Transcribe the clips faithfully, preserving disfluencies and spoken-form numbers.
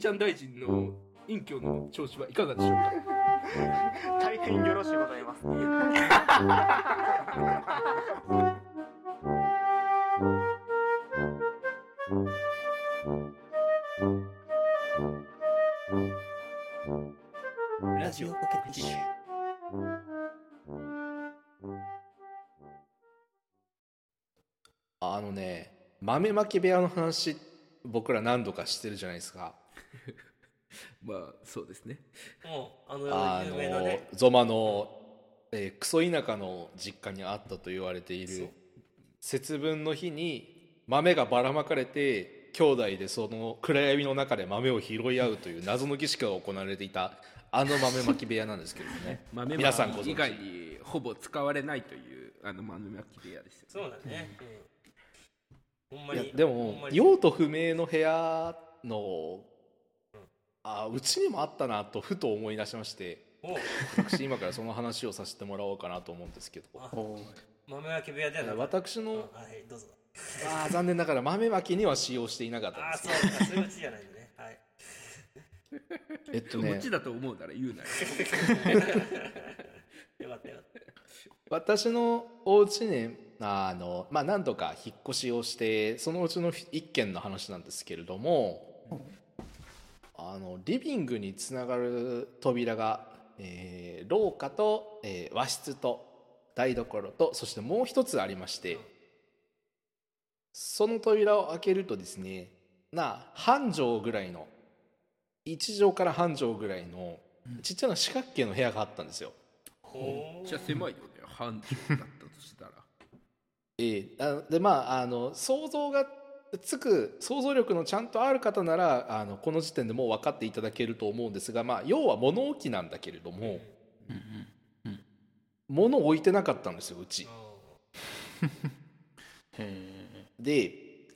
ちゃん大臣の隠居の調子はいかがでしょうか。 大変よろしゅうございます。 ラジオポケティッシュ。 あのね、豆まき部屋の話僕ら何度かしてるじゃないですか。 まあそうですね。 もうああの有名なのね。 ゾマの、えークソ田舎の実家にあったと言われていそうる節分の日に豆がばらまかれて兄弟でその暗闇の中で豆を拾い合うという謎の儀式が行われていたあの豆まき部屋なんですけどね。 豆皆さんご存知まき以外にほぼ使われないというあの豆まき部屋ですよ、ね。 そうだね。うん、ほんまに。 いやでほもんまに用途不明の部屋のあうちにもあったなとふと思い出しまして、 おう私今からその話をさせてもらおうかなと思うんですけど、 あ豆焼き部屋ではなく私のあはいどうぞ。 あ残念ながら豆まきには使用していなかったんあですそうかそういううちじゃないんだね。はい。 えっとこねっちだと思うなら言うなよ。 よかったよかった。 私のお家ねあのまあ何度か引っ越しをしてそのうちの一軒の話なんですけれども、あのリビングにつながる扉が、えー廊下と、えー和室と台所とそしてもう一つありまして、その扉を開けるとですねな半畳ぐらいのいち畳から半畳ぐらいのちっちゃな四角形の部屋があったんですよ。 めっちゃ狭いよね。半畳だったとしたら。 ええあでまああの想像がつく想像力のちゃんとある方ならあのこの時点でもう分かっていただけると思うんですが、まあ、要は物置なんだけれども、物を置いてなかったんですようち。で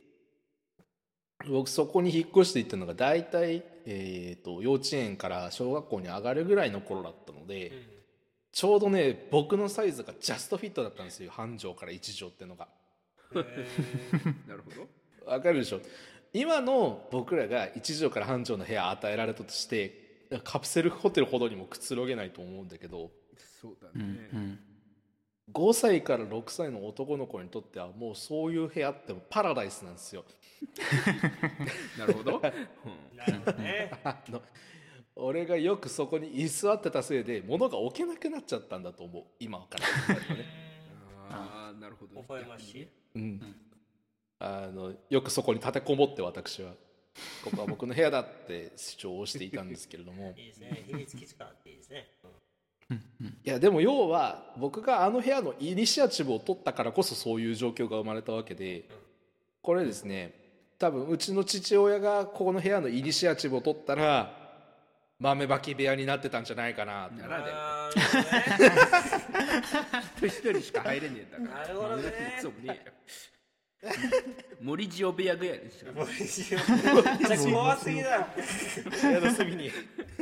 僕そこに引っ越していったのが大体、えー、と幼稚園から小学校に上がるぐらいの頃だったので、 うんちょうどね僕のサイズがジャストフィットだったんですよ半畳からいち畳ってのが。 へーなるほど。 わかるでしょ。今の僕らがいち畳から半畳の部屋与えられたとしてカプセルホテルほどにもくつろげないと思うんだけど、 そうだね。 うんうんごさいからろくさいの男の子にとってはもうそういう部屋ってパラダイスなんですよ。 なるほど。うんなるほどね。 あの俺がよくそこに居座ってたせいで物が置けなくなっちゃったんだと思う今から考えるとね。 ああ、なるほど。 微笑ましい。 うん、あのよくそこに立てこもって私はここは僕の部屋だって主張をしていたんですけれどもいいですね。秘密基地感っていいですね。 いやでも要は僕があの部屋のイニシアチブを取ったからこそそういう状況が生まれたわけで、これですね多分うちの父親がここの部屋のイニシアチブを取ったら豆まき部屋になってたんじゃないかなって。 ならであーなるほ一人しか入れねえんだから。 なるほどね豆まきそうもねえよ。森塩部屋ぐらいでしょ。 どね。めっちゃ怖すぎだ。 部屋の隅に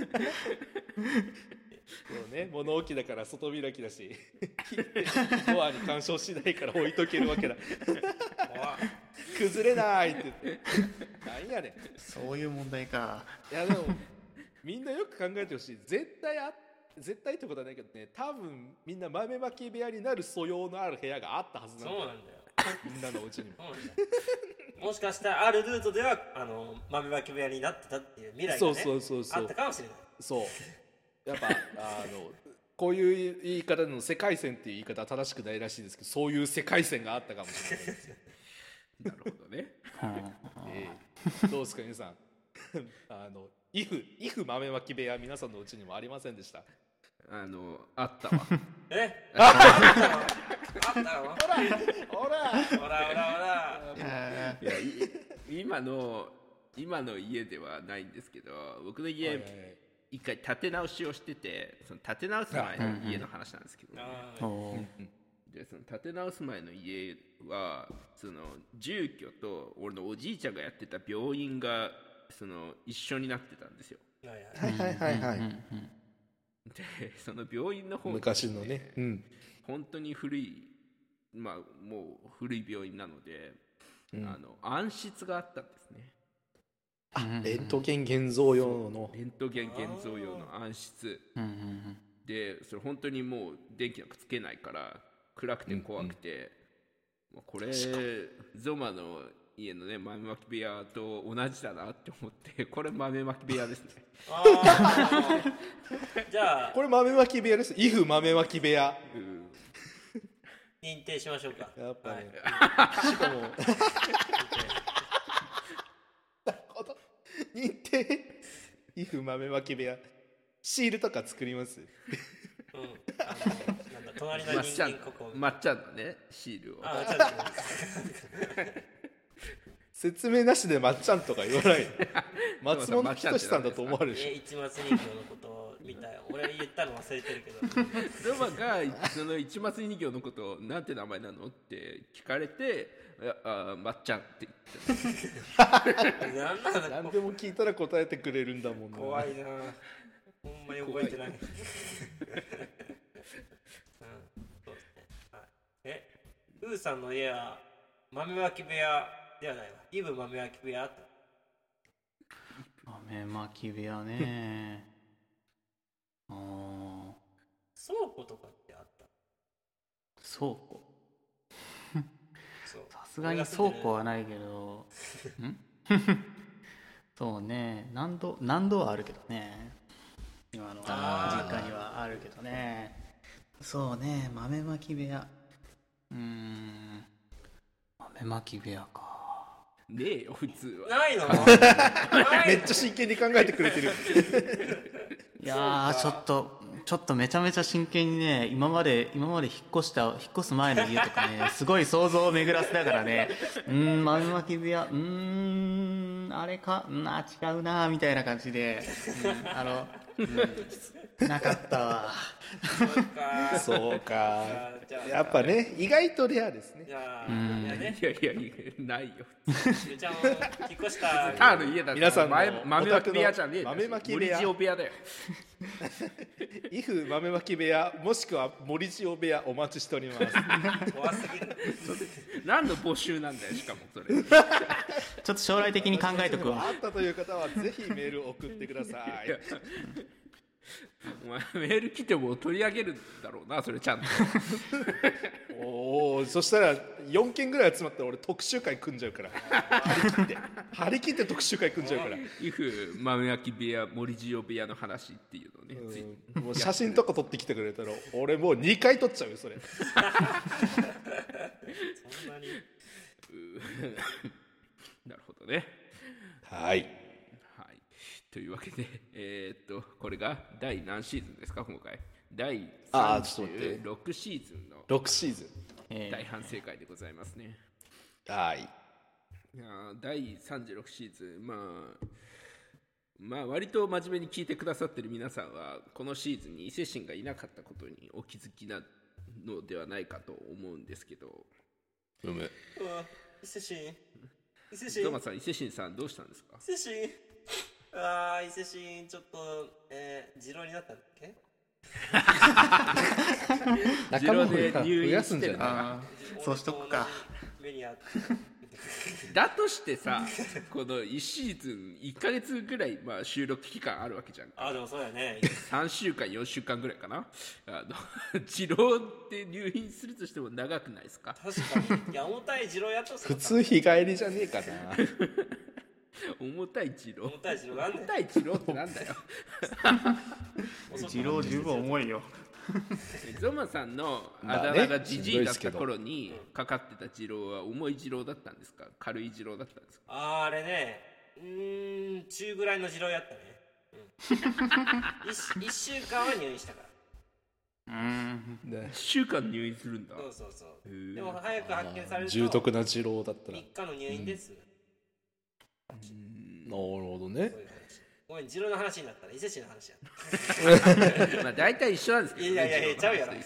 そうね物置だから外開きだしドアに干渉しないから置いとけるわけだ。崩れないって言ってなんやねん。 そういう問題か。 いやでもみんなよく考えてほしい。絶対あ絶対ってことはないけどね多分みんな豆まき部屋になる素養のある部屋があったはずなんだよ。 そうなんだよ。 みんなのうちにも。 そうなんだよ。もしかしたらあるルートではあの豆まき部屋になってたっていう未来がねそうそうそうそうあったかもしれない。 そうやっぱあのこういう言い方の世界線っていう言い方は正しくないらしいですけどそういう世界線があったかもしれないですよ。 なるほどね。 ええどうですか皆さんあのイフイフ豆まき部屋皆さんのうちにもありませんでした？ あの、あったわ。 えあったのあったのほらほらほらほらほらあいや、い今の、今の家ではないんですけど、僕の家、 はいはいはい一回建て直しをしてて、その建て直す前の家の話なんですけど、ねあーおーでその建て直す前の家はその住居と俺のおじいちゃんがやってた病院がその一緒になってたんですよ。 ーはいはいはいはいはいはい、 でその病院の方が昔のね、うん本当に古い、まあもう古い病院なので、 うんあの暗室があったんですね。 あレントゲン現像用のレントゲン現像用の暗室うんうんうんで、それ本当にもう電気なんかつけないから暗くて怖くて、まあこれゾマの家のね豆まき部屋と同じだなって思って、これ豆まき部屋ですね。 あーじゃあこれ豆まき部屋です。イフ豆まき部屋。 うん認定しましょうか。 やっぱね、 はいしかもなるほど認定イフ豆まき部屋シールとか作ります？ うん、あのなんだ隣のまっちゃん人間ここ、 まっちゃんのねシールをあちょっと説明なしでまっちゃんとか言わない松本人志さんだと思われるでしえ一松人形のことを見たよ。俺言ったの忘れてるけどゾマがその市松人形のことをなんて名前なのって聞かれて、いやあまっちゃんって言ってなんなんょ。 だ何でも聞いたら答えてくれるんだもんな。 怖いな。ほんまに覚えてない。うん、そうですね。はい、え、ウーさんの家は豆まき部屋ではないわ。イブ豆まき部屋あった。 豆まき部屋ねあー倉庫とかってあった。 倉庫そう。 さすがに倉庫はないけどんそうね何度何度はあるけどね今の実あー家にはあるけどねそうね豆まき部屋うーん豆まき部屋かねえよ普通は。 ないの？ないめっちゃ真剣に考えてくれてる。 いやーちょっとちょっとめちゃめちゃ真剣にね今まで今まで引っ越した引っ越す前の家とかねすごい想像を巡らせながらねうーん豆まき部屋うーんあれかうんあ違うなみたいな感じで、うん、あの、うん、なかったわそうか。 そうかじゃあやっぱね意外とレアですね。 じゃあ、 うんいやね、 いやいやいやないよ。 ゆうちゃんを引っ越した。 ターの家だったら皆さんの豆豆まき部屋じゃねえ豆まき部屋森塩部屋だよ。 イフ豆まき部屋もしくは森塩部屋お待ちしております。 怖すぎる。 何の募集なんだよしかもそれ。 ちょっと将来的に考えとくわあったという方はぜひメールを送ってください。 お前メール来ても取り上げるだろうなそれちゃんと。 おお、そしたらよんけんぐらい集まったら俺特集会組んじゃうから。張り切って張り切って特集会組んじゃうから。 イフ豆焼き部屋森塩部屋の話っていうのをね、ついうんもう写真とか撮ってきてくれたら俺もうにかい撮っちゃうよそれ。 そんなに。 なるほどね。 はい。 はい、というわけで、えー、っとこれが第何シーズンですか今回。第あーちょっと待ってさんじゅうろくシーズンのろくシーズン。 え大反省会でございますね。 はい。 いやー第さんじゅうろくシーズン、まあまあ割と真面目に聞いてくださってる皆さんはこのシーズンに伊勢神がいなかったことにお気づきなのではないかと思うんですけど、 うむ。 うわ、伊勢神。伊勢神。 トマさん伊勢神さんどうしたんですか。 伊勢神。ああ、伊勢神ちょっと、えー、二郎になったんだっけ？ 仲間を増で入院やすんじゃない。 あーそうしとくか。 目にあって。 だとしてさこのいちシーズンいっかげつぐらい、まあ、収録期間あるわけじゃん。 あーでもそうやね。 さんしゅうかんよんしゅうかんぐらいかな。あの治療で入院するとしても長くないですか。 確かに。いや、重たい二郎やっと普通日帰りじゃねえかな。 重たい治療重たい二郎なんで重たい治療ってなんだよ。 二郎十分重いよゾマさんのあまあねだ名がジジイだった頃にかかってた治療は重い治療だったんですか軽い治療だったんですか。 あーあれね、うーん、中ぐらいの二郎やったね。うん、一, 一週間は入院したから。 うんいっしゅうかん入院するんだ。 そうそうそう。 へーでも早く発見されると重篤な治療だったら。 みっかの入院です。 なるほどねそういう話。ごめん、二郎の話になったら伊勢神の話や。 まあ大体一緒なんですけどね。 いやいやいや、 治療の話ちゃうやろ。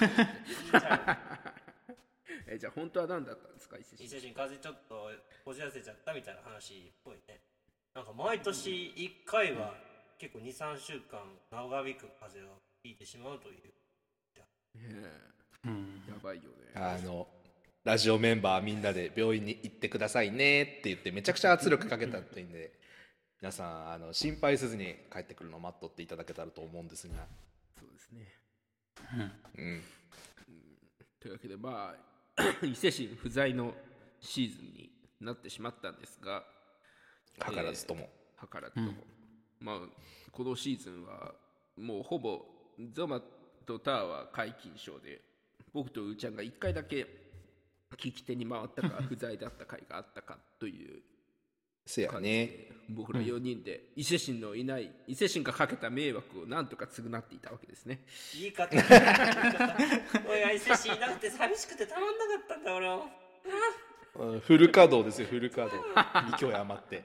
えじゃあ本当は何だったんですか伊勢神。 伊勢神風邪ちょっとこじらせちゃったみたいな話っぽいね。なんか毎年いっかいは結構にさんしゅうかん長引く風邪をひいてしまうという。 ねえうんやばいよね。 あのラジオメンバーみんなで病院に行ってくださいねって言ってめちゃくちゃ圧力かけたっていうんで皆さんあの心配せずに帰ってくるのを待っとっていただけたらと思うんですが、 そうですね。 うん、 というわけでまあ伊勢神不在のシーズンになってしまったんですが、 図らずとも、 えー図らずとも、まあこのシーズンはもうほぼゾマとターは皆勤賞で、僕とうーちゃんがいっかいだけ聞き手に回ったか不在だった回があったかというせや感じね。 で、僕らよにんで伊勢神のいない伊勢神がかけた迷惑をなんとか償っていたわけですね。 言い方言い方俺が伊勢神いなくて寂しくてたまんなかったんだ俺は。 うんフル稼働ですよ、フル稼働。にきょう余って。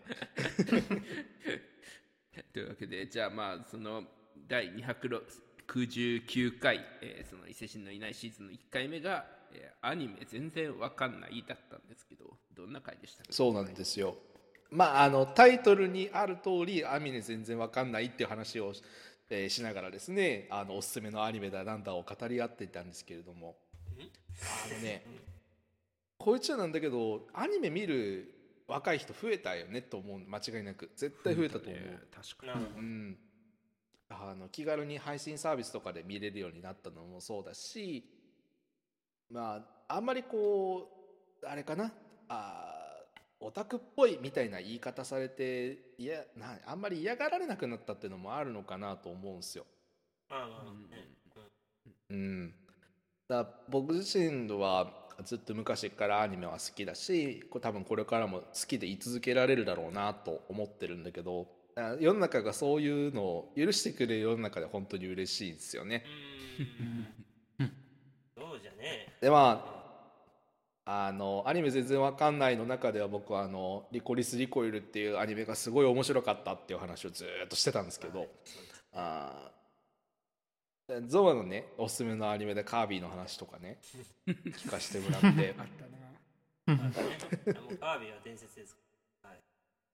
というわけで、じゃあまあそのだいにひゃくろくじゅうきゅうかい、えーその伊勢神のいないシーズンのいっかいめが、えーアニメ全然わかんないだったんですけど、どんな回でしたか？ そうなんですよ。まああのタイトルにある通りアニメ全然わかんないっていう話を、えーしながらですね、あのおすすめのアニメだなんだを語り合っていたんですけれども、あのね、こいつらなんだけどアニメ見る若い人増えたよねと思う。間違いなく絶対増えたと思う。 ね確かなるほどうん、あの気軽に配信サービスとかで見れるようになったのもそうだし、まああんまりこうあれかな、あオタクっぽいみたいな言い方されて、いやなあんまり嫌がられなくなったっていうのもあるのかなと思うんですよ。 まあまあねうん、だから僕自身はずっと昔からアニメは好きだし、これ多分これからも好きで居続けられるだろうなと思ってるんだけど、あ世の中がそういうのを許してくれる世の中で本当に嬉しいんですよね。 うーんそうじゃねでまああのアニメ全然わかんないの中では僕はあのリコリス・リコイルっていうアニメがすごい面白かったっていう話をずーっとしてたんですけど、あーゾマのねおすすめのアニメでカービィの話とかね聞かせてもらってあったな。 まあねもうカービィは伝説ですからはい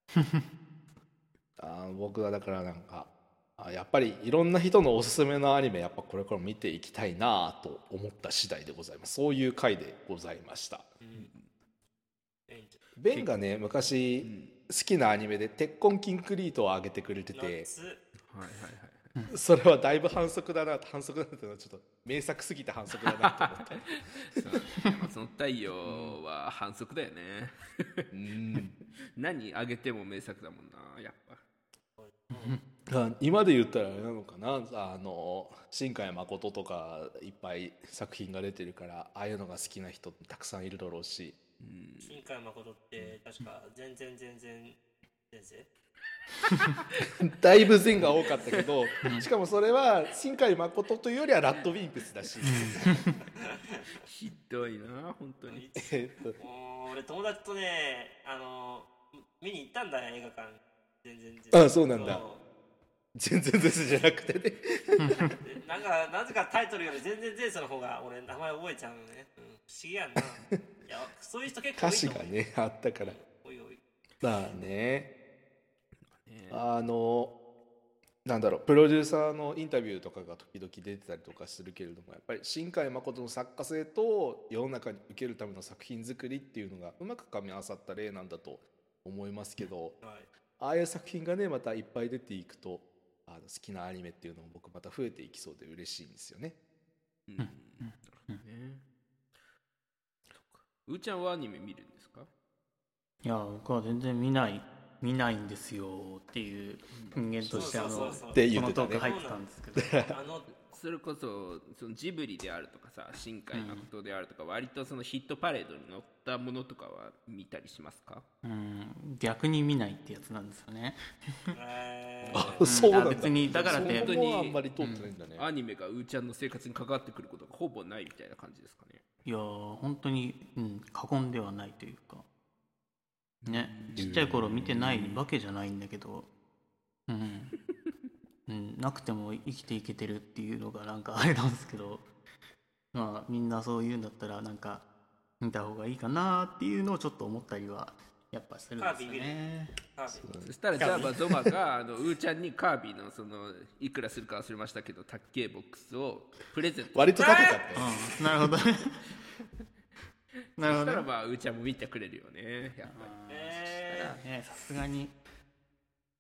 あー僕はだからなんかあやっぱりいろんな人のおすすめのアニメやっぱこれからも見ていきたいなと思った次第でございます。そういう回でございました。 いいんじベンがね昔好きなアニメで鉄痕キンクリートを上げてくれてて、 ゃない夏はいはいはい。 それはだいぶ反則だな反則だなってのはちょっと名作すぎて反則だなと思ったそう山その太陽は反則だよね。 うん何あげても名作だもんな、やっぱ。 あ今で言ったらあれなのかな、あの新海誠とかいっぱい作品が出てるからああいうのが好きな人たくさんいるだろうし、 新海誠って確か全然全然先生だいぶ善が多かったけどしかもそれは新海誠というよりはラッドウィンプスだしひどいな、本当に。 えっともう俺友達とねあの見に行ったんだよ映画館全然全然あそうなんだ全然ですじゃなくてねでなんかなぜかタイトルより全然前世の方が俺名前覚えちゃうのね、うん、不思議やんないやそういう人結構歌詞多いと思うがねあったからおいおいまあねねあのなんだろうプロデューサーのインタビューとかが時々出てたりとかするけれども、やっぱり新海誠の作家性と世の中に受けるための作品作りっていうのがうまく噛み合わさった例なんだと思いますけど、 はいああいう作品がねまたいっぱい出ていくとあの好きなアニメっていうのも僕また増えていきそうで嬉しいんですよね。 うんなるほどね。そっかうーちゃんはアニメ見るんですか？ いや僕は全然見ない見ないんですよっていう人間としてあのそうそうそうそうって言このってたねトーク入ってたんですけどあのそれこそそのジブリであるとかさ、新海誠であるとか、割とそのヒットパレードに乗ったものとかは見たりしますか？ うん逆に見ないってやつなんですよね。 えあーそうなんだ。 別にだからってそこもあんまり通ってないんだね。 アニメがうーちゃんの生活に関わってくることがほぼないみたいな感じですかね。 いやー本当に、うん、過言ではないというかねちっちゃい頃見てないわけじゃないんだけど、うんうん、なくても生きていけてるっていうのがなんかあれなんですけど、まあみんなそう言うんだったらなんか見た方がいいかなっていうのをちょっと思ったりはやっぱするんですよね。 カービィそしたらじゃあまあゾマがあのうーちゃんにカービィのそのいくらするか忘れましたけどタッケーボックスをプレゼント。 割と高かったよ。 うん、なるほどねなるほどねそしたらまあうーちゃんも見てくれるよね。やっぱりえねさすがに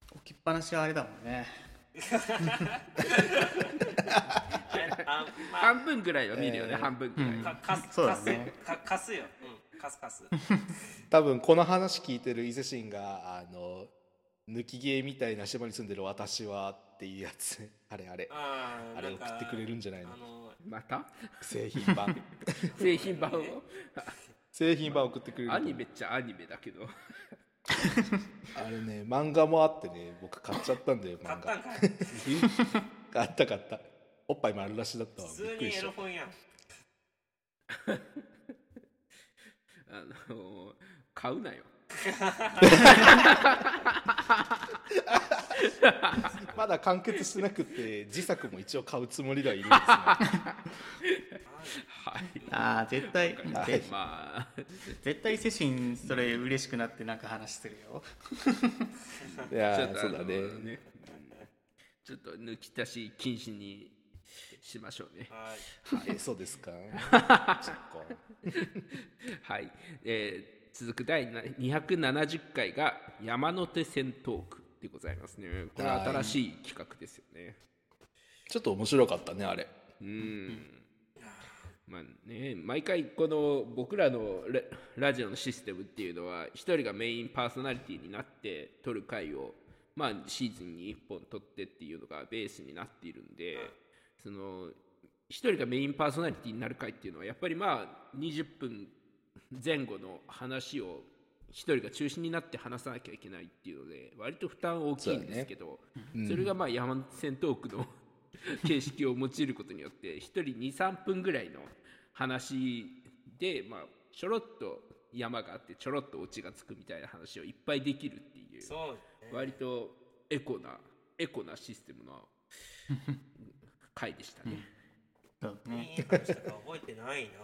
置きっぱなしはあれだもんね。 あまあ半分ぐらいは見るよね、 えー半分ぐらいは。 かかすそうだねかかすよ、うん、かすかす多分この話聞いてる伊勢神があの抜き毛みたいな島に住んでる私はっていうやつあれあれあーあれなんか送ってくれるんじゃないのあのまた製品版製品版を製品版送ってくれるとアニメっちゃアニメだけどあれね漫画もあってね僕買っちゃったんだよ漫画買ったんかい買った買ったおっぱい丸出しだったわ普通にびっくりしたエロ本やんあの買うなよまだ完結してなくて自作も一応買うつもりではいるんですねはいああ絶対ぜまあ絶対精神それ嬉しくなってなんか話するよ。 いやちょっとあのーそうだねうんちょっと抜き足し禁止にしましょうねはいえそうですかそっかはい、えー続く第にひゃくななじゅっかいが山手線トークでございますね。これは新しい企画ですよね。 ちょっと面白かったねあれうんまあね、毎回この僕らのララジオのシステムっていうのは一人がメインパーソナリティになって撮る回を、まあ、シーズンにいっぽん撮ってっていうのがベースになっているんで、その一人がメインパーソナリティになる回っていうのはやっぱりまあにじゅっぷん前後の話を一人が中心になって話さなきゃいけないっていうので割と負担大きいんですけど そ,、 うんそれがまあ山手線トークの形式を用いることによって一人にさんぷんぐらいの話で、まあ、ちょろっと山があってちょろっとオチがつくみたいな話をいっぱいできるっていうそうね割とエコなエコなシステムの回でしたね。 そうね。 いい話したか覚えてないな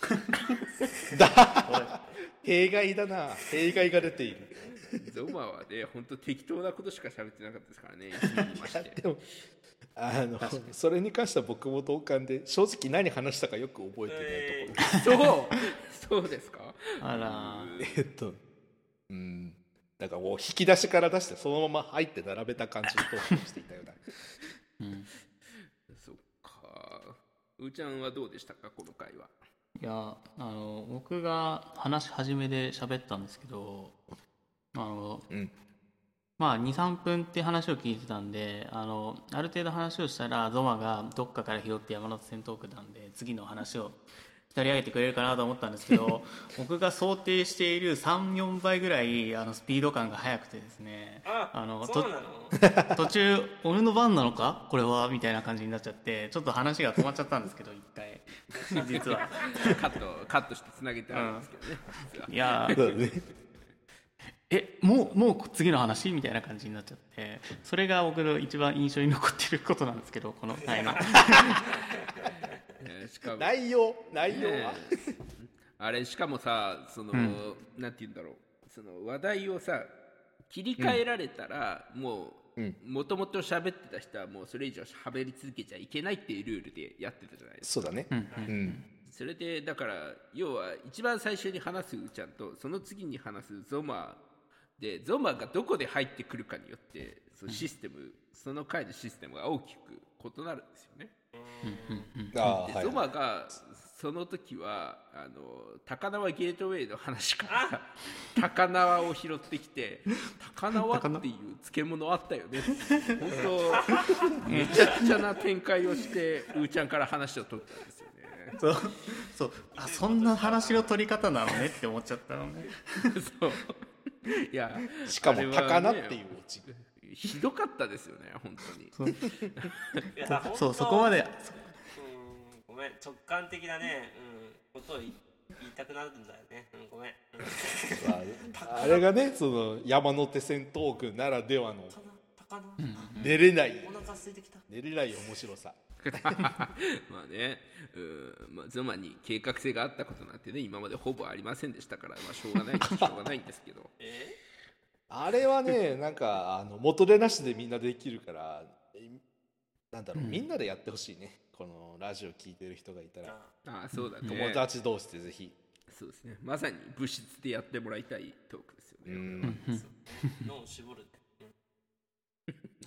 弊害だな弊害が出ているゾマはね本当適当なことしか喋ってなかったですからね一年にましてでもあのそれに関しては僕も同感で正直何話したかよく覚えてないところ、 そうそうですか。 あらえっとうんだからもう引き出しから出してそのまま入って並べた感じのトークをしていたようなうんそっか。うーちゃんはどうでしたかこの回は。 いやあの僕が話し始めで喋ったんですけどあの、 うんまあにさんぷんって話を聞いてたんであのある程度話をしたらゾマがどっかから拾って山手線トークなんで次の話を取り上げてくれるかなと思ったんですけど僕が想定しているさん、よんばいぐらいあのスピード感が速くてですねあのそうなの途中俺の番なのかこれはみたいな感じになっちゃってちょっと話が止まっちゃったんですけど一回実はカットカットしてつなげてあるんですけどね、実はいやーそうだねえもうもう次の話みたいな感じになっちゃってそれが僕の一番印象に残ってることなんですけどこの回のえーしかも内容内容は、 ねえあれしかもさその、 んなんて言うんだろうその話題をさ切り替えられたら、もううんもともと喋ってた人はもうそれ以上喋り続けちゃいけないっていうルールでやってたじゃないですか。 そうだねうんうんそれでだから要は一番最初に話すうーちゃんとその次に話すゾマでゾマがどこで入ってくるかによってそのシステム、その回のシステムが大きく異なるんですよね。で、 ああはいゾマがその時はあの高輪ゲートウェイの話から高輪を拾ってきて高輪っていう漬物あったよねって本当めちゃくちゃな展開をしてうーちゃんから話を取ったんですよね。 そうそうあそんな話の取り方なのねって思っちゃったのねそういやしかもあれはね高菜っていうオチひどかったですよね本当に。 いや本当そうそこまでうんごめん直感的なね、うん、ことを言い言いたくなるんだよね、うん、ごめん、うん、 まああれがねその山手線トークならではの高菜寝れないお腹空いてきた寝れない面白さまあね、うんまあ、ゾマに計画性があったことなんてね今までほぼありませんでしたから、まあ、しょうがないっちゃしょうがないんですけどえあれはねなんかあの元手なしでみんなできるからえなんだろう、みんなでやってほしいねこのラジオ聞いてる人がいたらああそうだね友達同士でぜひそうですねまさに物質でやってもらいたいトークですよね。 うん脳を絞るって、うん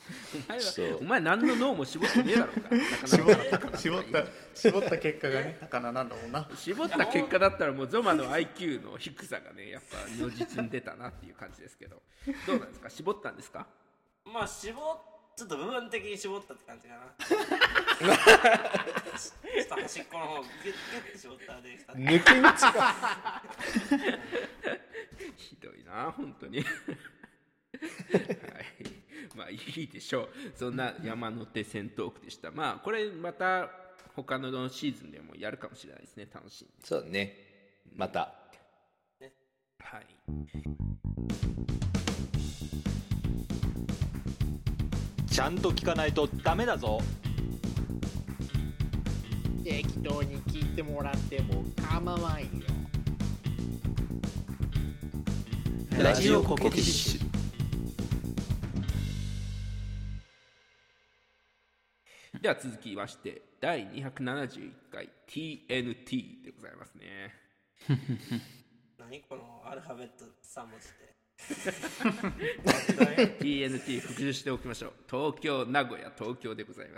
お前はそうお前何の脳も絞ってねえだろうか高菜高菜絞った絞った結果がね高菜なんだもんな。 絞った結果だったらもうゾマの アイキュー の低さがねやっぱ如実に出たなっていう感じですけど、どうなんですか、絞ったんですか？ まあ絞ちょっと部分的に絞ったって感じかな。ちょっと端っこの方ギュッギュッて絞ったらできた。 抜け道がひどいな本当にはいまあいいでしょう。そんな山手線トークでした。まあこれまた他のシーズンでもやるかもしれないですね。楽しい。 そうだね、またはい。 ちゃんと聞かないとダメだぞ。 適当に聞いてもらっても構わんよ。 ラジオコケティッシュ。 では続きましてだいにひゃくななじゅういっかい ティーエヌティー でございますね。 何このアルファベットさん文字って。 ティーエヌティー 復習しておきましょう。東京、名古屋、東京でございます。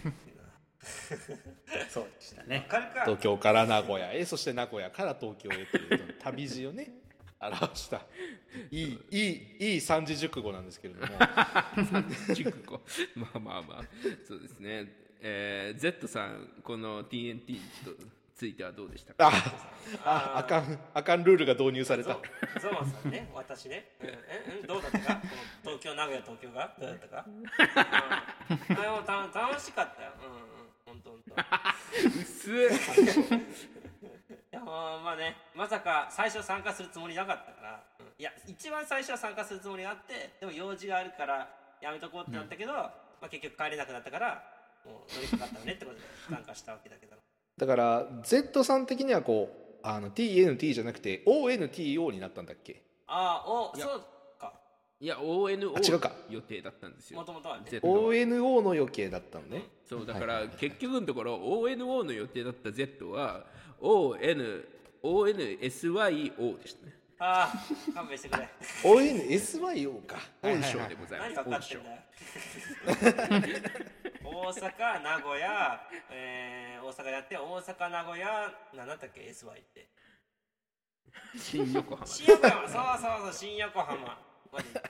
そうでしたね。 わかるか。 東京から名古屋へ、そして名古屋から東京へという旅路をね表したいいいいいい三字熟語なんですけれども熟語まあまあまあそうですね。えー、Z さんこの ティーエヌティー とついてはどうでしたか？ あああかんあかんルールが導入された。 ゾゾマさんね、私ね、うん、え、うん、どうだったか、この東京、名古屋、東京がどうだったか。うん、あれもた楽しかったよ。うんうん、本当本当。 薄い。 いやまあね、まさか最初参加するつもりなかったから、うん、いや一番最初は参加するつもりがあって、でも用事があるからやめとこうってなったけど、うん、まあ結局帰れなくなったからもう乗りかかったのねってことで参加したわけだけど。 だから Z さん的にはこうあの ティーエヌティー じゃなくて オーエヌティーオー になったんだっけ？ ああ、おそうか。 いや オーエヌオー違うか予定だったんですよ。 もともとはね Z はオーエヌオー の予定だったのね、 そうだから結局のところ オーエヌオー の予定だった Z は オーエヌ オーエヌエスワイオー でしたね。 ああ、勘弁してくれ。 オーエヌエスワイオー か。 本省でございます。 何分かってんだよ。大阪、名古屋、えー、大阪やって大阪、名古屋、何だったっけ エスワイ って。 新横浜。 新横浜、そうそうそう、新横浜まで行って、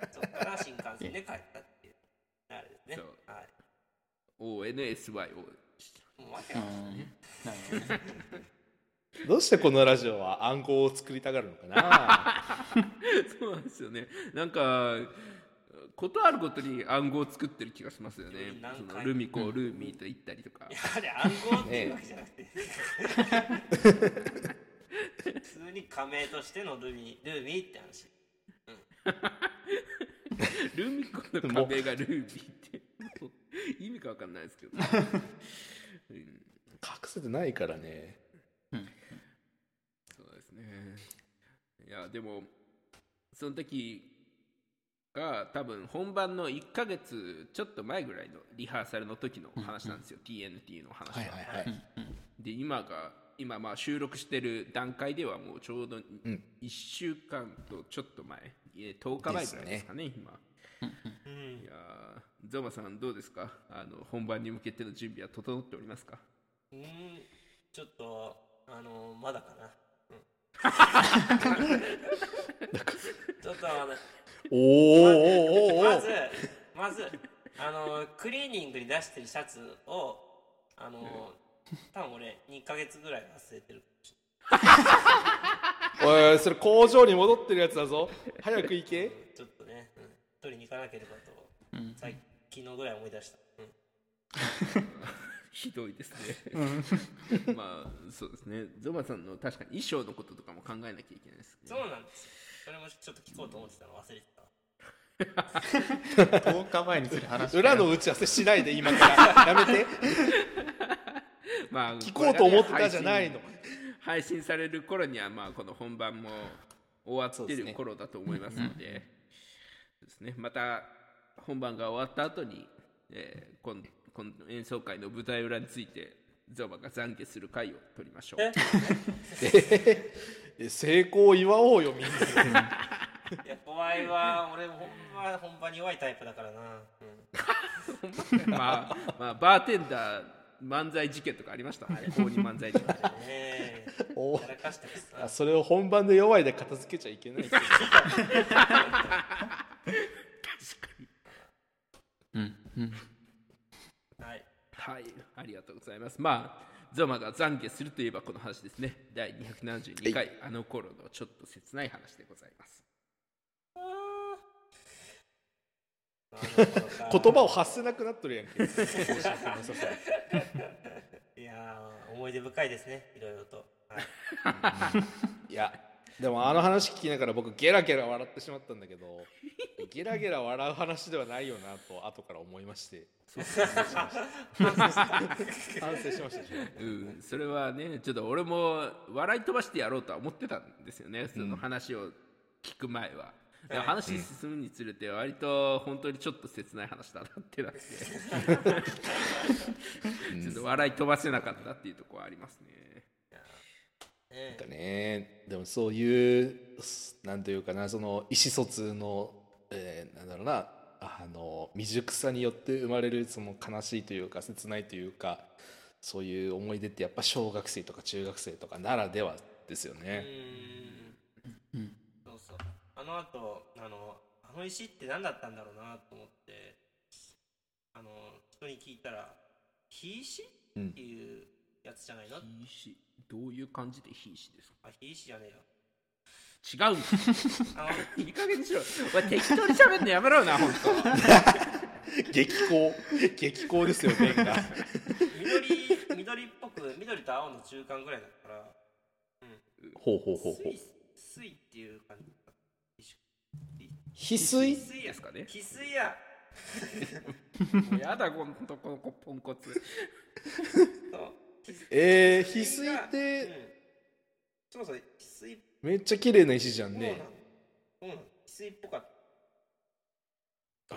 そっから新幹線で帰ったっていうあれですね。はい。 オーエヌエスワイオー。 もうわけわかんないね。 なるほどね。 どうしてこのラジオは暗号を作りたがるのかな。 そうなんですよね。なんかことあるごとに暗号を作ってる気がしますよね。そのルミコ、ルーミーと言ったりとか。 やはり暗号っていうわけじゃなくて、普通に加盟としてのルミルーミーって話。 うん、ルミコの加盟がルーミーって意味かわかんないですけど、うん、 隠せてないからね。 そうですね。いやでもその時が多分本番のいっかげつちょっと前ぐらいのリハーサルの時の話なんですよ、うんうん、ティーエヌティー の話は。 はいはいはい、 で今が今まあ収録してる段階ではもうちょうどいっしゅうかんとちょっと前、とおかまえぐらいですかね、ね今。うん、いやゾマさんどうですか？あの本番に向けての準備は整っておりますか？ うん、ちょっとあのまだかな。うん、ちょっとあのおーおーおーおーまずまずあのクリーニングに出してるシャツをあの多分俺にかげつぐらい忘れてる。 おいそれ工場に戻ってるやつだぞ。早く行け。 ちょっとね、うん、取りに行かなければと、うん、最近のぐらい思い出した。うん、 ひどいですね。まあそうですね。ゾマさんの確かに衣装のこととかも考えなきゃいけないですね。 そうなんですよ。それもちょっと聞こうと思ってたの忘れてた。 とおかまえにする話。 裏の打ち合わせしないで今からやめて。 まあ聞こうと思ってたじゃないの。 配信される頃にはまあこの本番も終わってる頃だと思いますので、ですね。また本番が終わった後に、えー、今今度演奏会の舞台裏についてゾマが懺悔する会を取りましょう。 え成功を祝おうよみんな。 いや怖いわ、俺ほんま本番に弱いタイプだからな、うん、 まあまあバーテンダー漫才事件とかありましたね。法に漫才事件ねえおやらかしてますな。 あそれを本番で弱いで片付けちゃいけないってうんうんはいはい、ありがとうございます。まあゾマが懺悔するといえばこの話ですね。だいにひゃくななじゅうにかい、あの頃のちょっと切ない話でございます。 言葉を発せなくなっとるやんけいやー思い出深いですね、いろいろと、はい、 いやでもあの話聞きながら僕ゲラゲラ笑ってしまったんだけどゲラゲラ笑う話ではないよなと後から思いまして反省しましたうん、それはねちょっと俺も笑い飛ばしてやろうとは思ってたんですよね、その話を聞く前は。でも話進むにつれて割と本当にちょっと切ない話だなってなってちょっと笑い飛ばせなかったっていうところはありますね。 なんかね、でもそういうなんというかな、その意思疎通の、えー、なんだろうな、あの未熟さによって生まれるその悲しいというか切ないというか、そういう思い出ってやっぱ小学生とか中学生とかならではですよね。 うーん、そうそう、あの後あのあの石って何だったんだろうなと思って、あの人に聞いたら火石っていうやつじゃないの、 火石どういう感じで火石ですか。 あ、火石じゃねえよ、 違うんだいい加減にしろ、お前適当に喋るのやめろよな本当激高激高ですよ弁が緑緑っぽく緑と青の中間ぐらいだから、うん、 ほうほうほうほう、 水っていう感じ、 翡翠翡翠ですかね。 翡翠やもうやだこのとこのポンコツえー、翡翠って、 うん、そうそう、翡翠めっちゃ綺麗な石じゃんね。 うん、翡翠っぽかった。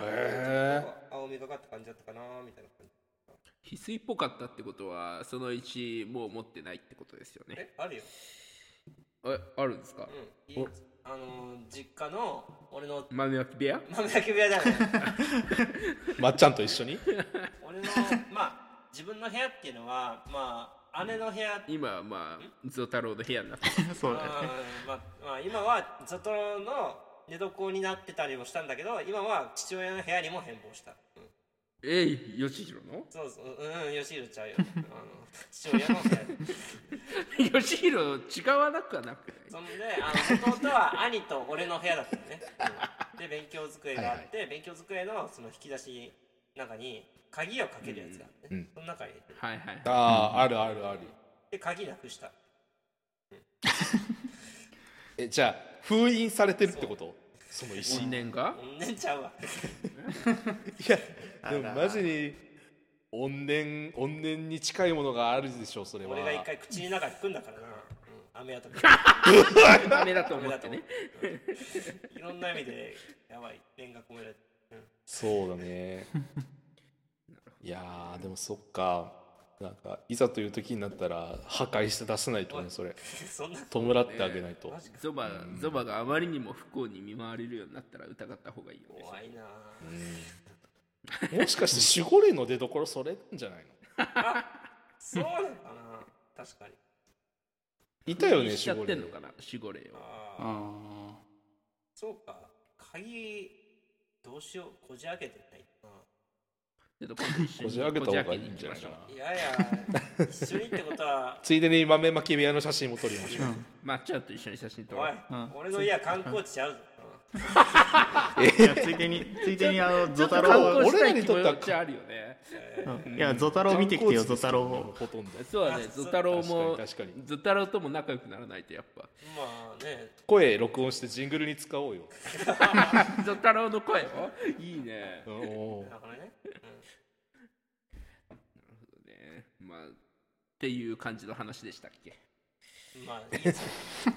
へえー、青みがかった感じだったかなみたいな感じ。 翡翠っぽかったってことはその石もう持ってないってことですよね。 え、あるよ。 え、あるんですか。 うん、いい、あのー、実家の俺の豆焼き部屋豆焼き部屋だよねまっちゃんと一緒に俺のまあ自分の部屋っていうのはまあ姉の部屋、 今はまあゾタロウの部屋になってそうだね、 まあ、まあ今はゾタロウの寝床になってたりもしたんだけど、今は父親の部屋にも変貌した、うん、 えい、吉弘のそうそう、うん、吉弘ちゃうよあの父親の部屋吉弘違わなくはなくない。 そんであの弟は兄と俺の部屋だったのね、うん、で勉強机があって、はいはい、勉強机のその引き出しの中に鍵をかけるやつがあって、ね、うん、その中に、 はいはい、 ああ、あるあるある。 で鍵なくした、 うん、え、じゃあ封印されてるってこと？ そ, その石怨念が怨念ちゃうわいやでもマジに怨念怨念に近いものがあるでしょ、それは。 俺が一回口の中に含んだからな、うん、雨跡雨だと思ってね、 うん、いろんな意味でやばい念が込められて、うん、 そうだねいやーでもそっか、なんかいざという時になったら破壊して出さないとね、それそんな弔ってあげないと、ね、 ゾバ、うん、ゾバがあまりにも不幸に見舞われるようになったら疑った方がいいよね。 怖いな、 うん、もしかして守護霊の出所それなんじゃないのあ、そうなのかな、確かにいたよね、 しちゃってんのかな守護霊を。 ああ、そうか、鍵どうしよう、こじ開けてないな。 ちょっと今度一緒にこじ開けた方がいいんじゃないかな。 いやいや、一緒にってことはついでに豆まき部屋の写真も撮りましょう。 まっちゃんと一緒に写真撮ろう。 おい、うん、俺の家は観光地ちゃうぞ。 いやついでについでにあのゾタロウ俺らにとってはあるよね。 うん、いやゾタロウ見てきてよ、ゾタロウを。 ほとんどそうだね、ゾタロウもゾタロウとも仲良くならないとやっぱ。 まあね、 声録音してジングルに使おうよ。 ゾタロウの声をいいね。 なるほどね。 まあっていう感じの話でしたっけ。 まあいいです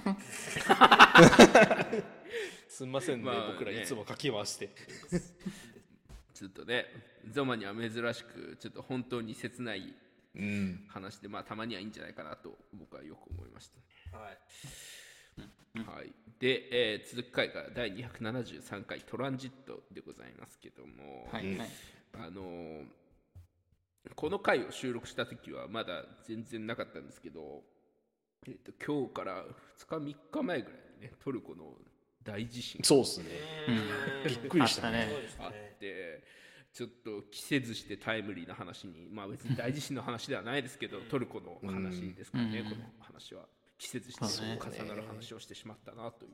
すんませんね、まあ、ね僕らいつもかき回してちょっとね、ゾマには珍しくちょっと本当に切ない話で、うん、まあたまにはいいんじゃないかなと僕はよく思いました、ね。 はい。 はい、で、えー続く回がだいにひゃくななじゅうさんかいトランジットでございますけども、 はいはいあのーこの回を収録した時はまだ全然なかったんですけど、えー、と今日からふつかみっかまえぐらいにねトルコの大地震そうですね。 うんびっくりしたね。 そうですがあっね。 て、ちょっと季節してタイムリーな話に、まあ別に大地震の話ではないですけど、トルコの話ですからね、 うんこの話は季節してそうね重なる話をしてしまったなという。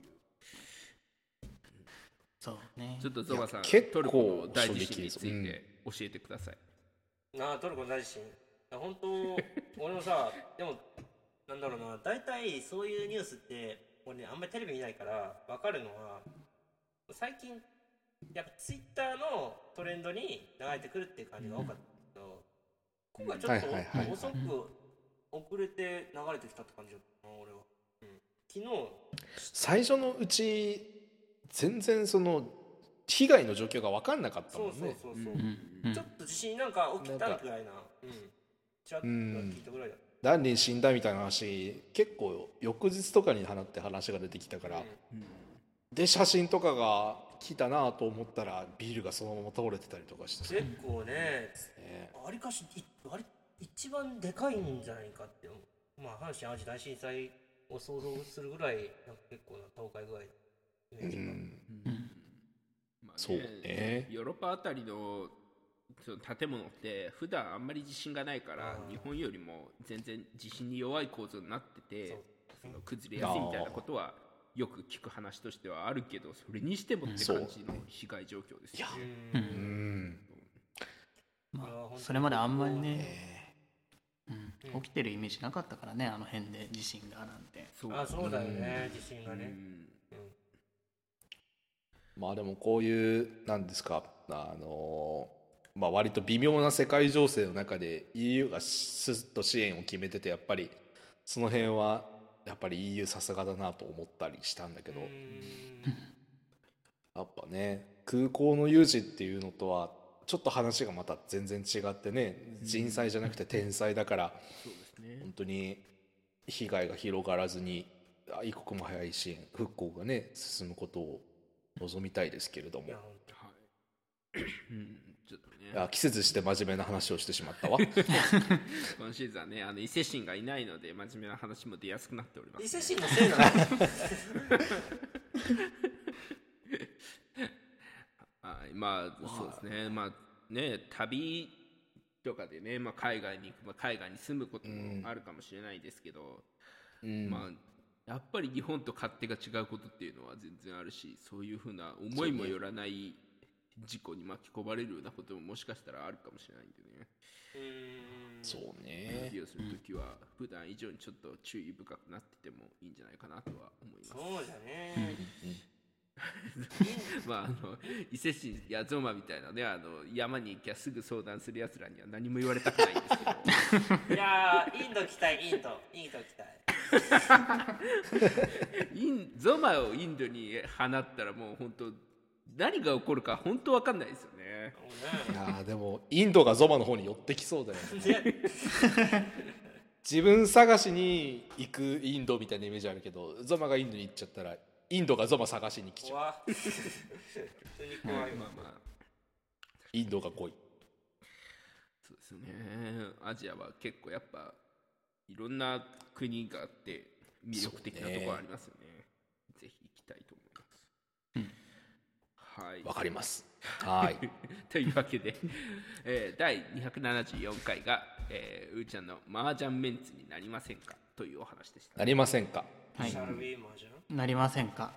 そうねちょっとゾバさん、 いや結構トルコの大地震につい衝撃て教えてください。 なあトルコの大地震。本当俺もさ、でもなんだろうな、大体そういうニュースって俺ねあんまりテレビ見ないから分かるのは、最近やっぱツイッターのトレンドに流れてくるっていう感じが多かったけど、ここがちょっはいはいはいと遅く遅れて流れてきたって感じだったな俺は。うん、昨日最初のうち全然その被害の状況が分かんなかったそうそうもんね。 そうそう、 うんうんちょっと地震なんか起きたぐらいな、うん、ちらっと聞いたぐらいだった。 何人死んだみたいな話結構翌日とかに放って話が出てきたから、で写真とかが来たなと思ったらビルがそのまま倒れてたりとかしてさ、 結構ね、 ねわりかしいわり一番でかいんじゃないかって、まあ阪神・淡路大震災を想像するぐらいなんか結構な倒壊具合のイメージが、 まあねそうねヨーロッパあたりのその建物って普段あんまり地震がないからうん日本よりも全然地震に弱い構造になっててそうその崩れやすいみたいなことはよく聞く話としてはあるけど、それにしてもって感じの被害状況ですよね。 うんうんまこれは本当にあそれまであんまりね、 えうん、起きてるイメージなかったからね、あの辺で地震がなんて。 そうあそうだよね、地震がね、 うんーまあでもこういうなんですか、あのまあ割と微妙な世界情勢の中で イーユー がスッと支援を決めてて、やっぱりその辺はやっぱり イーユー さすがだなと思ったりしたんだけど、 うんやっぱね空港の有事っていうのとはちょっと話がまた全然違ってね、人災じゃなくて天災だからそうですね。 本当に被害が広がらずにあ一刻も早い支援復興がね進むことを望みたいですけれども、 いいや本当はい。うんちょっとね。 や季節して真面目な話をしてしまったわ今シーズンはね、あの伊勢神がいないので真面目な話も出やすくなっております。 伊勢神のせいなのはい、まあそうですね、まあね旅とかでね、まあ、海外に行く、まあ、海外に住むこともあるかもしれないですけど、 うんまあやっぱり日本と勝手が違うことっていうのは全然あるし、そういうふうな思いもよらない事故に巻き込まれるようなことももしかしたらあるかもしれないんでね、 うんそうね旅をするときは普段以上にちょっと注意深くなっててもいいんじゃないかなとは思います。 そうじゃね、 まああの伊勢神やゾマみたいなね、あの山に行きゃすぐ相談するやつらには何も言われたくないんですけどいやーインド来たい、インドインド来たい。 インゾマをインドに放ったらもう本当何が起こるか本当わかんないですよね。 いやーでもインドがゾマの方に寄ってきそうだよね自分探しに行くインドみたいなイメージあるけど、ゾマがインドに行っちゃったらインドがゾマ探しに来ちゃう。 怖普通に怖いわ。 まあまあインドが来い。 そうですよね。アジアは結構やっぱいろんな国があって魅力的なところありますよね。ぜひ行きたいと思います。はい。 わかります。はいというわけで、えー、だいにひゃくななじゅうよんかいが、えー、うーちゃんの麻雀メンツになりませんかというお話でした。 なりませんか。 はいシャルビーマーじゃん。 なりませんか。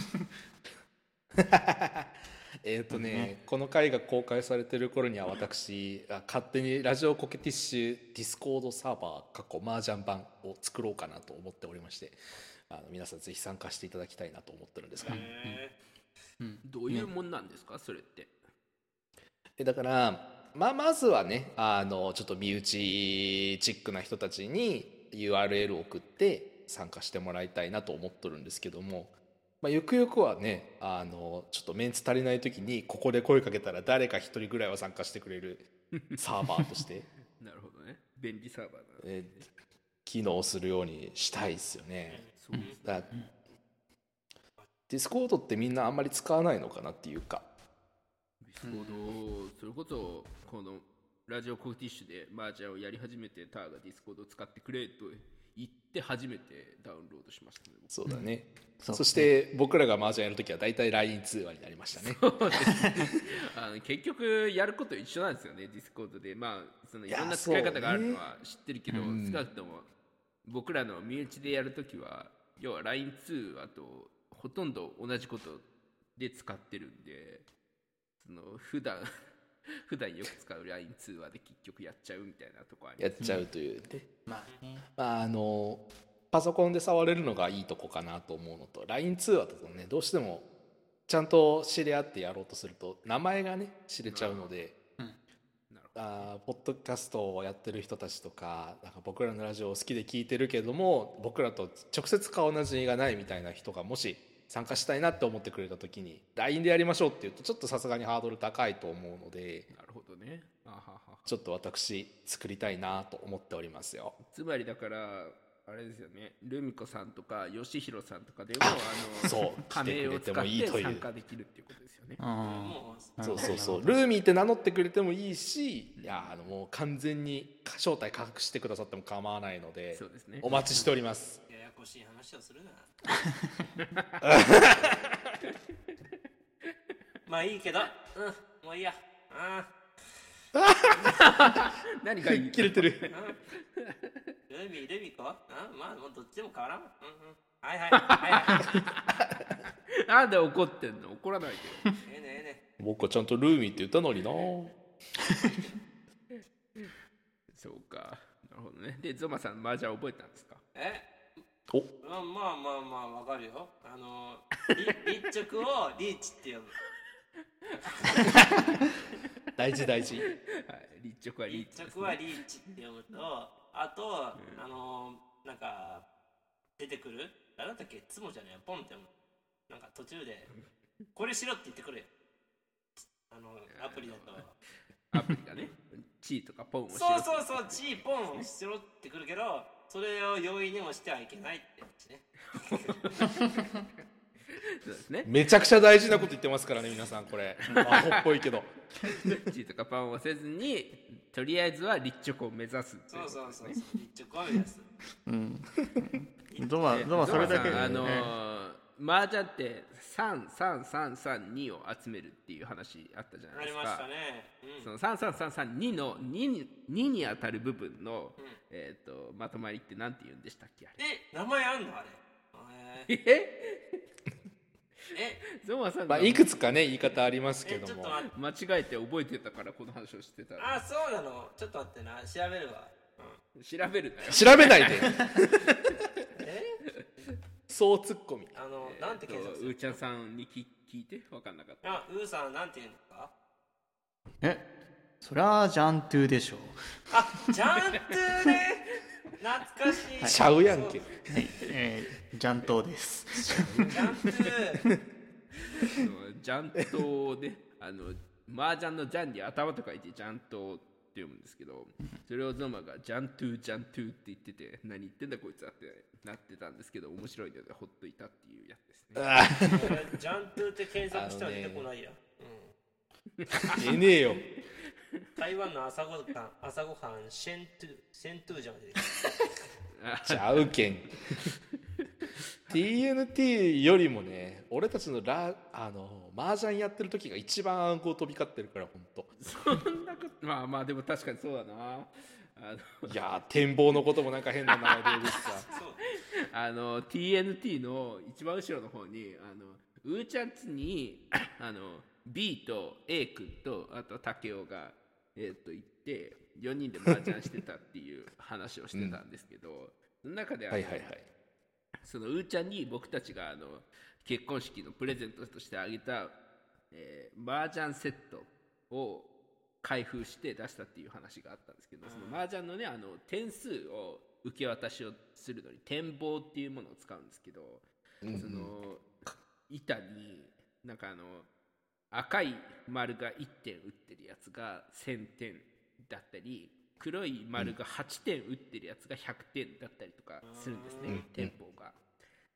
えっとね、この回が公開されてる頃には私あ勝手にラジオコケティッシュディスコードサーバー過去麻雀版を作ろうかなと思っておりまして、あの皆さんぜひ参加していただきたいなと思ってるんですが、 へどういうもんなんですか、それって。 えだからまあまずはね、あのちょっと身内チックな人たちに ユーアールエル を送って参加してもらいたいなと思ってるんですけども、まあ、ゆくゆくはね、あのちょっとメンツ足りない時にここで声かけたら誰か一人ぐらいは参加してくれるサーバーとしてなるほどね。便利サーバーだ。 えー機能するようにしたいですよね。 そうだディスコードってみんなあんまり使わないのかなっていうか。 ディスコード、それこそこのラジオコーティッシュでマージャンをやり始めてターがディスコードを使ってくれと言って初めてダウンロードしましたね。 そうだね、 そうそして僕らがマージャンやるときは大体 ライン 通話になりましたね。 あの結局やること一緒なんですよね、ディスコードで。まあそのいろんな使い方があるのは知ってるけど、 そうね少なくとも僕らの身内でやるときは要は ライン 通話とほとんど同じことで使ってるんで、その普段普段よく使う ライン 通話で結局やっちゃうみたいなとこあります。 やっちゃうという、でまあね。 まああのパソコンで触れるのがいいとこかなと思うのと、 ライン 通話だとねどうしてもちゃんと知り合ってやろうとすると名前がね知れちゃうので、 なるほど。 あーポッドキャストをやってる人たちとか、なんか僕らのラジオを好きで聞いてるけども僕らと直接顔なじみがないみたいな人がもし参加したいなって思ってくれた時に ライン でやりましょうって言うとちょっとさすがにハードル高いと思うので、 なるほどね。あはは。 ちょっと私作りたいなと思っておりますよ。 つまりだからあれですよね、ルミ子さんとか吉弘さんとかでもあのそう仮名を使っ来てくれてもいいというて参加できるっていうことですよね。 うん。 もうそうそうそう、ルーミーって名乗ってくれてもいいし、いやあのもう完全に正体隠してくださっても構わないので、 そうですね。 お待ちしております。 ややこしい話をするな。まあいいけど、うん、もういいや。あ何がいい？ 切れてる。 ルミルミ子？あ、まあもうどっちでも変わらん。うんうん。はいはいはいはい。 なんで怒ってんの？怒らないで。 ええねええね。 僕はちゃんとルーミーって言ったのにな。 そうか。なるほどね。でゾマさんマージャン覚えたんですか？ え？ お、 まあまあまあまあわかるよ。あのり立直をリーチって呼ぶ。 大事大事。 はい。立直はリーチですね。 立直はリーチって読むと、あと、あのなんか出てくる誰だったっけ、つもじゃねえよ、ポンって読む。なんか途中でこれしろって言ってくれよ。あのアプリだと。 アプリがね、チーとかポンをしろ。 そうそうそう、チーポンをしろってくるけど、それを容易にもしてはいけないって話ね。 そうですね。 めちゃくちゃ大事なこと言ってますからね皆さん、これアホっぽいけど。 チーとかパンをせずに、とりあえずは立直を目指すっていそうことですね。 そうそうそう、立直を目指す。 うん。ゾマ、ゾマそれだけで、ね。 あのー、麻雀ってさんさんさんさんにを集めるっていう話あったじゃないですか。 ありましたね。うん、 そのさんさんさんさんにの 2, ににに当たる部分の、 うん、 えー、とまとまりってなんて言うんでしたっけあれ？ え、名前あんのあれ？ ええゾマさんが、 まあいくつかね言い方ありますけえ、ちょっども、 と待って。 間違えて覚えてたからこの話をしてたらあ、そうなの。ちょっと待ってな、調べるわ。うん、 調べるなよ。 調べないで。 えそうツッコミ。 あの、 えーとなんて検索するうーちゃんさんに聞聞いて分かんなかった。 あ、ウーさんなんて言うんですか？ え、そりゃジャントゥでしょ。 あ、ジャントゥーね。懐かしい。 ちゃうやんけ。 はい、えー、ジャントゥです。 ジャントゥー。 ジャントで、あの麻雀のジャンに頭と書いてジャントって読むんですけど、それをゾマがジャントゥジャントゥって言ってて、何言ってんだこいつはってなってたんですけど、面白いのでほっといたっていうやつですね。 あジャントゥーって検索したら出てこないや。 えねえよ。 台湾の朝ごはん、朝ごはん、シェントゥ、シェントゥーじゃん出てきちゃうけん。ティーエヌティー よりもね、俺たちのラあの麻雀やってる時が一番暗号飛び交ってるから、本当。 そんなことまあまあでも確かにそうだな。あのいやー、展望のこともなんか変な名前で言うしさ。 た。そう。 あの ティーエヌティー の一番後ろの方にあのうーちゃんちにあの B と A 君とあと竹雄が、えー、と行ってよにんで麻雀してたっていう話をしてたんですけど、うん、その中であの、 はいはいはい、 そのうーちゃんに僕たちがあの結婚式のプレゼントとしてあげた、えー、麻雀セットを開封して出したっていう話があったんですけど、うん、その麻雀のねあの点数を受け渡しをするのに展望っていうものを使うんですけど、うんうん、その板になんかあの赤い丸がいってん打ってるやつがせんてんだったり、黒い丸がはちてん打ってるやつがひゃくてんだったりとかするんですね、うん、テンポが。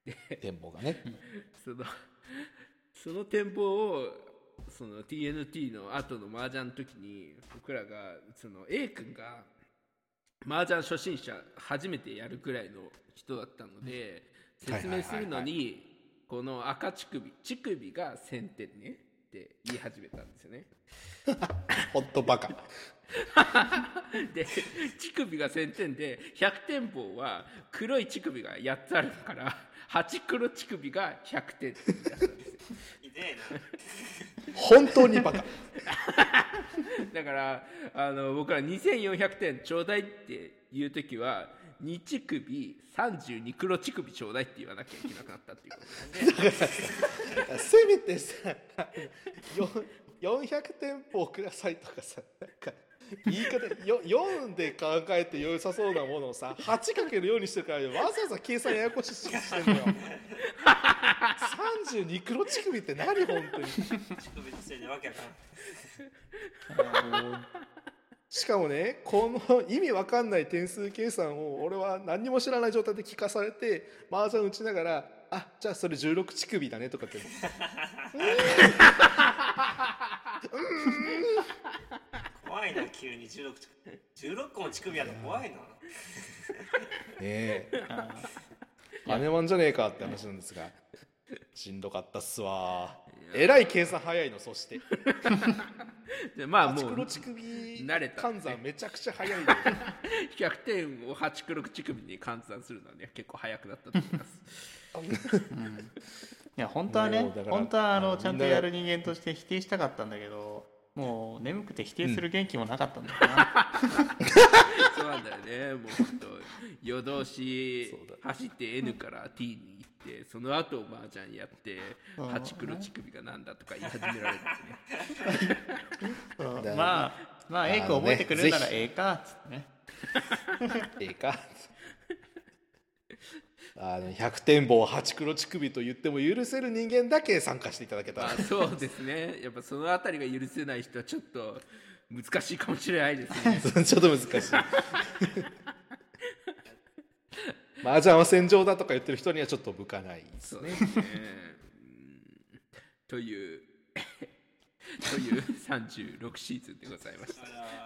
展望がね。 そのその展望をその ティーエヌティー の後の麻雀の時に僕らがその A 君が麻雀初心者初めてやるくらいの人だったので、説明するのにこの赤乳首乳首がせんてんねって言い始めたんですよね。 ほんとバカ。 で乳首がせんてんでひゃくてん棒は黒い乳首がやっつあるからはち黒乳首がひゃくてんって言い出したんですよ。 ひでえな。 本当にバカ。 だからあの僕らにせんよんひゃくてんちょうだいっていう時はに乳首さんじゅうに黒乳首ちょうだいって言わなきゃいけなくなったっていうことなんでせめてさよよんひゃくてん棒くださいとかさ、なんか言い方よよんで考えて良さそうなものをさ はちかけるようにしてるからわざわざ計算ややこしくしてんのよ。さんじゅうに黒乳首って何本当に。 乳首のせいでわけわからん。 しかもね、この意味わかんない点数計算を俺は何にも知らない状態で聞かされて麻雀打ちながら、あ、じゃあそれじゅうろく乳首だねとかって怖いな、急にじゅうろく乳首じゅうろっこも乳首やったら怖いな。ねえ金マンじゃねえかって話なんですが、しんどかったっすわ。えらい計算早いの。そしてでまあもうはち黒乳首慣れた、ね、 換算めちゃくちゃ早いよ。 ひゃくてんをはち黒乳首に換算するのはね結構早くなったと思います。 うん、いや本当はね、本当はあのちゃんとやる人間として否定したかったんだけど、もう眠くて否定する元気もなかったんだよな。 そうなんだよね。もう本当夜通し走って N から T に行ってその後麻雀やってはち黒乳首がなんだとか言い始められてね。 まあまあ A 君覚えてくれるなら A かっつってね。 ええか。あのひゃくてん棒はち黒乳首と言っても許せる人間だけ参加していただけたら、 まあ、そうですね。やっぱそのあたりが許せない人はちょっと難しいかもしれないですね。 ちょっと難しい。麻雀は戦場だとか言ってる人にはちょっと向かないですね。 そうですね。というというさんじゅうろくシーズンでございました。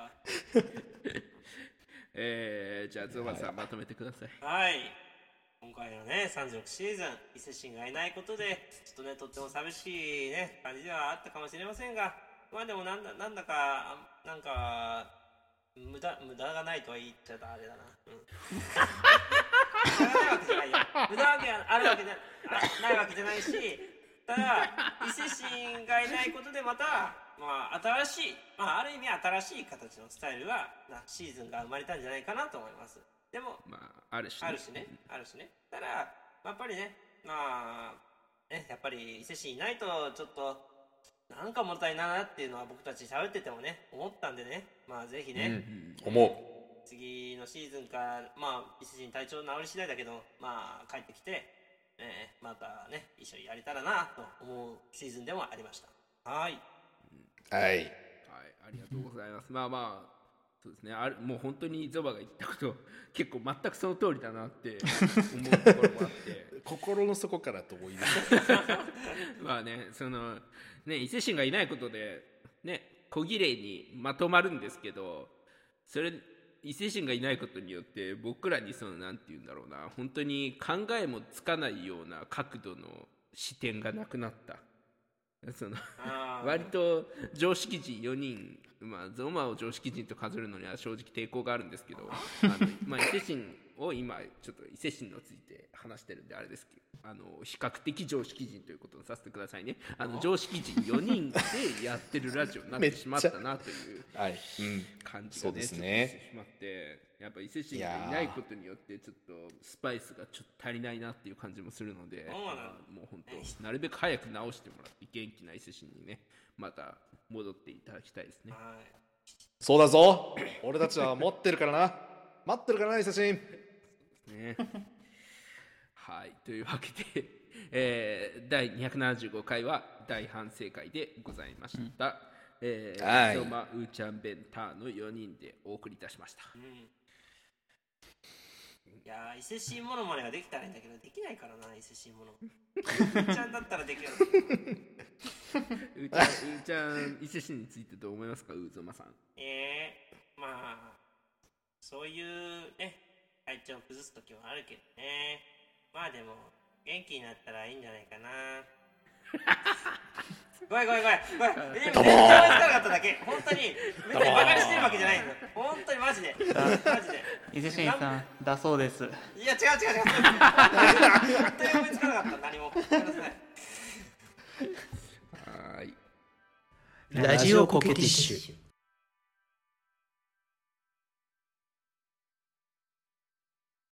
えー、じゃあゾマさんまとめてください。 はい、今回のねさんじゅうろくシーズン伊勢神がいないことでちょっとねとっても寂しいね感じではあったかもしれませんが、まあでもなんだなんだかなんか無駄無駄がないとは言っちゃったあれだな、うん、無駄がないわけじゃないよ。無駄があるわけじゃないわけじゃないし、ただ伊勢神がいないことでまたまあ新しい、まあ、ある意味新しい形のスタイルがなシーズンが生まれたんじゃないかなと思います。でも、 まあ、あるしねあるしね、あるしね。ただ、やっぱりね、まあ、ね、やっぱり伊勢市いないとちょっとなんか物足りないなっていうのは僕たち喋っててもね思ったんでね、まあぜひね、 うん、思う。 次のシーズンか、まあ伊勢市に体調治り次第だけど、まあ帰ってきて、えー、またね一緒にやれたらなと思うシーズンでもありました。はい。 はい。はい、 ありがとうございます。まあまあ。そうですね、あるもう本当にゾバが言ったこと結構全くその通りだなって思うところもあって心の底からと思いますまあね、そのね伊勢神がいないことでね小綺麗にまとまるんですけど、それ伊勢神がいないことによって僕らにそのなんて言うんだろうな、本当に考えもつかないような角度の視点がなくなった。その割と常識人よにん、まあ、ゾマを常識人と数えるのには正直抵抗があるんですけど、あの、まあ、伊勢神を今ちょっと伊勢神について話してるんであれですけど、あの比較的常識人ということにさせてくださいね。あの常識人よにんでやってるラジオになってしまったなという感じがね、 そうですね、 してしまって、やっぱ伊勢神がいないことによってちょっとスパイスがちょっと足りないなっていう感じもするので、もう本当なるべく早く直してもらって元気な伊勢神にねまた戻っていただきたいですね。はい、 そうだぞ、俺たちは持ってるからな、待ってるからな伊勢神ね。はい、というわけで、えー、だいにひゃくななじゅうごかいは大反省会でございました。うん、えー、ゾマ、ウーちゃん、ベンターのよにんでお送りいたしました。うん、 やー伊勢神モノマネができたらいいんだけどできないからな伊勢神モノうーちゃんだったらできるうーちゃん、うーちゃん伊勢神についてどう思いますか、うーぞまさん。 えー、まあそういうね体調を崩すときはあるけどね。まあでも元気になったらいいんじゃないかな。ごめんごめんごめんごめん。めっちゃ思いつかなかっただけ。本当に別にバカにしてるわけじゃないの。本当にマジでマジで。 伊勢神さんだそうです。 いや違う違う違う。本当に思いつかなかった何も。ごめんなさい。 はーい。 ラジオコケティッシュ。